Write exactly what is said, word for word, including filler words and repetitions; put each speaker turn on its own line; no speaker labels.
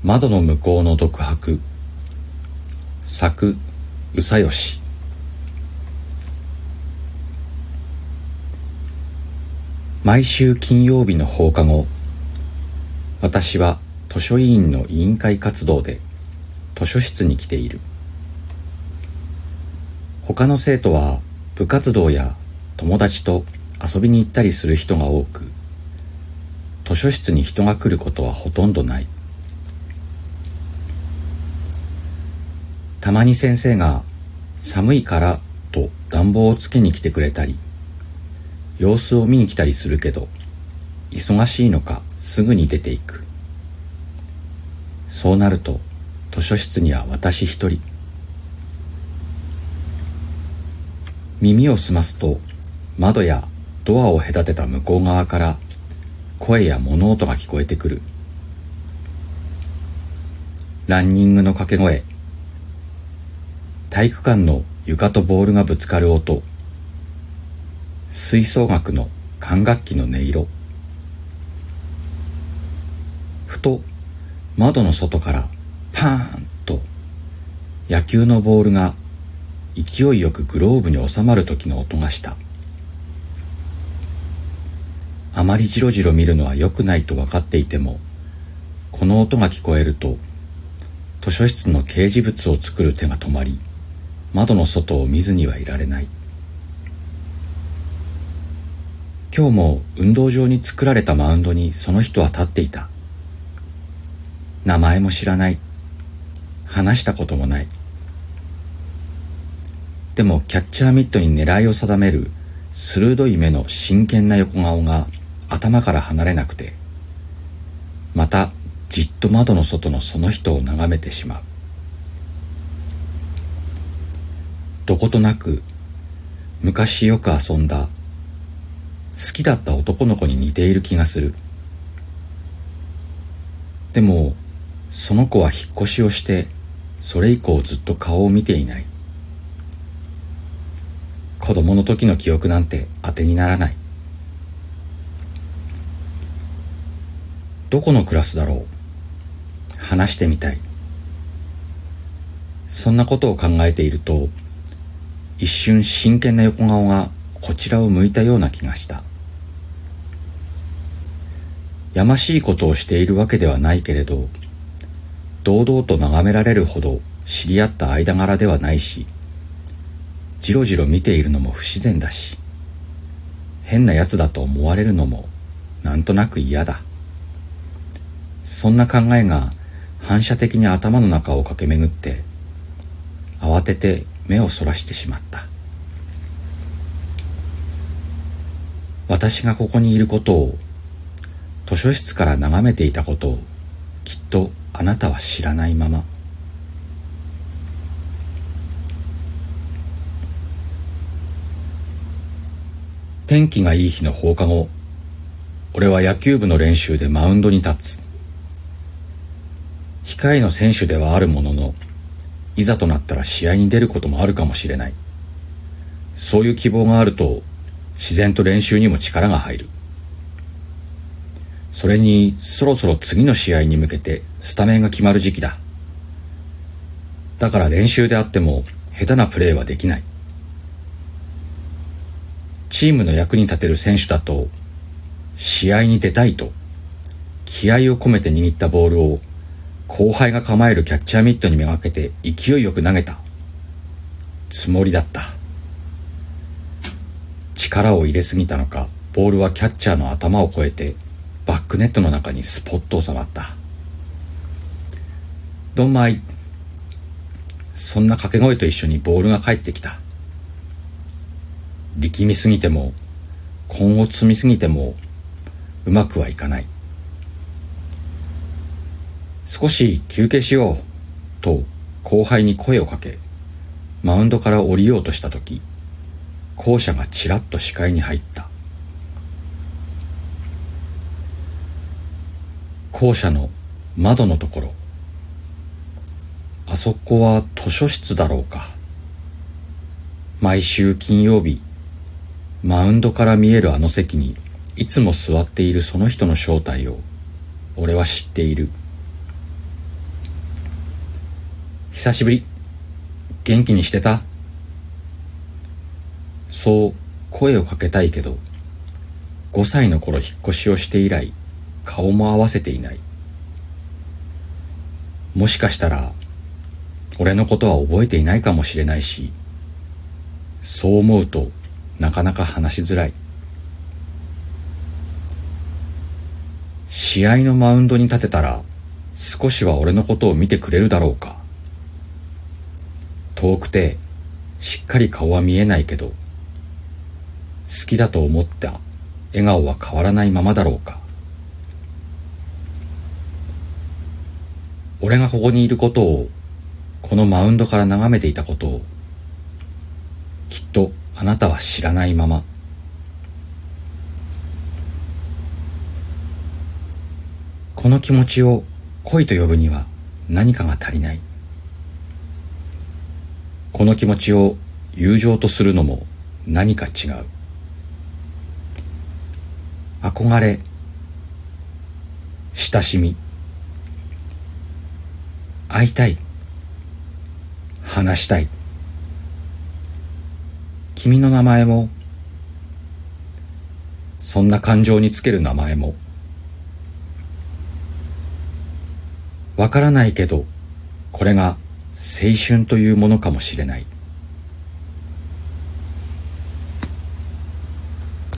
窓の向こうの独白。作宇佐吉。毎週金曜日の放課後、私は図書委員の委員会活動で図書室に来ている。他の生徒は部活動や友達と遊びに行ったりする人が多く、図書室に人が来ることはほとんどない。たまに先生が寒いからと暖房をつけに来てくれたり、様子を見に来たりするけど、忙しいのかすぐに出ていく。そうなると図書室には私一人。耳を澄ますと窓やドアを隔てた向こう側から声や物音が聞こえてくる。ランニングの掛け声、体育館の床とボールがぶつかる音、吹奏楽の管楽器の音色。ふと窓の外からパーンと野球のボールが勢いよくグローブに収まる時の音がした。あまりじろじろ見るのは良くないと分かっていても、この音が聞こえると図書室の掲示物を作る手が止まり、窓の外を見ずにはいられない。今日も運動場に作られたマウンドにその人は立っていた。名前も知らない。話したこともない。でもキャッチャーミットに狙いを定める鋭い目の真剣な横顔が頭から離れなくて、またじっと窓の外のその人を眺めてしまう。どことなく昔よく遊んだ好きだった男の子に似ている気がする。でもその子は引っ越しをしてそれ以降ずっと顔を見ていない。子供の時の記憶なんて当てにならない。どこのクラスだろう。話してみたい。そんなことを考えていると、一瞬真剣な横顔がこちらを向いたような気がした。やましいことをしているわけではないけれど、堂々と眺められるほど知り合った間柄ではないし、じろじろ見ているのも不自然だし、変なやつだと思われるのもなんとなく嫌だ。そんな考えが反射的に頭の中を駆け巡って、慌てて目をそらしてしまった。私がここにいることを、図書室から眺めていたことを、きっとあなたは知らないまま。天気がいい日の放課後、俺は野球部の練習でマウンドに立つ。控えの選手ではあるものの、いざとなったら試合に出ることもあるかもしれない。そういう希望があると、自然と練習にも力が入る。それに、そろそろ次の試合に向けてスタメンが決まる時期だ。だから練習であっても下手なプレーはできない。チームの役に立てる選手だと、試合に出たいと、気合を込めて握ったボールを後輩が構えるキャッチャーミットにめがけて勢いよく投げたつもりだった。力を入れすぎたのか、ボールはキャッチャーの頭を越えてバックネットの中にスポッと収まった。どんまい。そんな掛け声と一緒にボールが返ってきた。力みすぎても根を積みすぎてもうまくはいかない。少し休憩しようと後輩に声をかけ、マウンドから降りようとしたとき、校舎がちらっと視界に入った。校舎の窓のところ、あそこは図書室だろうか。毎週金曜日、マウンドから見えるあの席にいつも座っているその人の正体を俺は知っている。 久しぶり。元気にしてた？そう声をかけたいけど、ごさいの頃引っ越しをして以来、顔も合わせていない。もしかしたら、俺のことは覚えていないかもしれないし、そう思うとなかなか話しづらい。試合のマウンドに立てたら、少しは俺のことを見てくれるだろうか。遠くてしっかり顔は見えないけど、好きだと思った笑顔は変わらないままだろうか。俺がここにいることを、このマウンドから眺めていたことを、きっとあなたは知らないまま。この気持ちを恋と呼ぶには何かが足りない。この気持ちを友情とするのも何か違う。憧れ、親しみ、会いたい、話したい。君の名前も、そんな感情につける名前も、わからないけど、これが青春というものかもしれない。